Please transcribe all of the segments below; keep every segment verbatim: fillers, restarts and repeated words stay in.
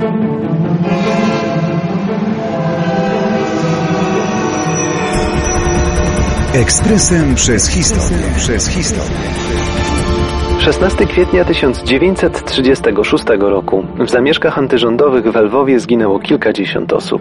Ekspresem przez historię. Przez historię. szesnastego kwietnia tysiąc dziewięćset trzydziestego szóstego roku w zamieszkach antyrządowych w Lwowie zginęło kilkadziesiąt osób.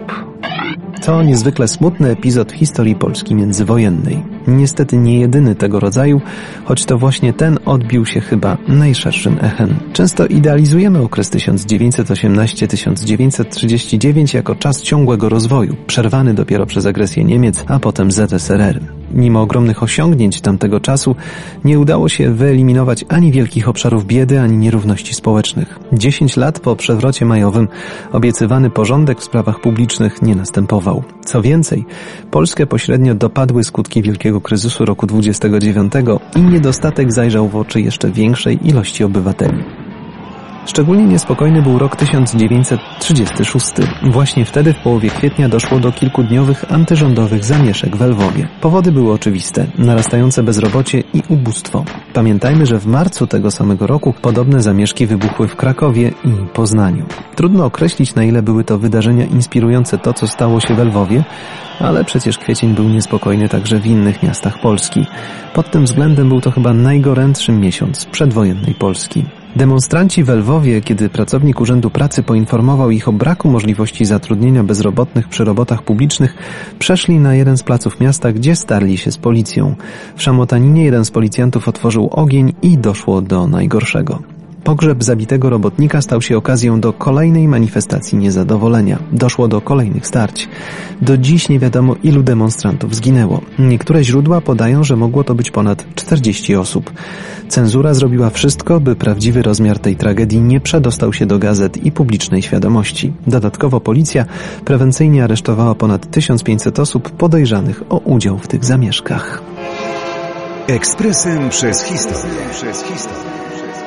To niezwykle smutny epizod w historii Polski międzywojennej. Niestety nie jedyny tego rodzaju, choć to właśnie ten odbił się chyba najszerszym echem. Często idealizujemy okres tysiąc dziewięćset osiemnasty do tysiąc dziewięćset trzydziestego dziewiątego jako czas ciągłego rozwoju, przerwany dopiero przez agresję Niemiec, a potem Z S R R. Mimo ogromnych osiągnięć tamtego czasu nie udało się wyeliminować ani wielkich obszarów biedy, ani nierówności społecznych. Dziesięć lat po przewrocie majowym obiecywany porządek w sprawach publicznych nie następował. Co więcej, Polskę pośrednio dopadły skutki wielkiego kryzysu roku dwudziestego dziewiątego i niedostatek zajrzał w oczy jeszcze większej ilości obywateli. Szczególnie niespokojny był rok tysiąc dziewięćset trzydziesty szósty. Właśnie wtedy w połowie kwietnia doszło do kilkudniowych antyrządowych zamieszek w Lwowie. Powody były oczywiste: narastające bezrobocie i ubóstwo. Pamiętajmy, że w marcu tego samego roku podobne zamieszki wybuchły w Krakowie i Poznaniu. Trudno określić, na ile były to wydarzenia inspirujące to, co stało się w Lwowie, ale przecież kwiecień był niespokojny także w innych miastach Polski. Pod tym względem był to chyba najgorętszy miesiąc przedwojennej Polski. Demonstranci w Lwowie, kiedy pracownik Urzędu Pracy poinformował ich o braku możliwości zatrudnienia bezrobotnych przy robotach publicznych, przeszli na jeden z placów miasta, gdzie starli się z policją. W szamotaninie jeden z policjantów otworzył ogień i doszło do najgorszego. Pogrzeb zabitego robotnika stał się okazją do kolejnej manifestacji niezadowolenia. Doszło do kolejnych starć. Do dziś nie wiadomo, ilu demonstrantów zginęło. Niektóre źródła podają, że mogło to być ponad czterdzieści osób. Cenzura zrobiła wszystko, by prawdziwy rozmiar tej tragedii nie przedostał się do gazet i publicznej świadomości. Dodatkowo policja prewencyjnie aresztowała ponad tysiąc pięćset osób podejrzanych o udział w tych zamieszkach. Ekspresem przez historię. Przez historię.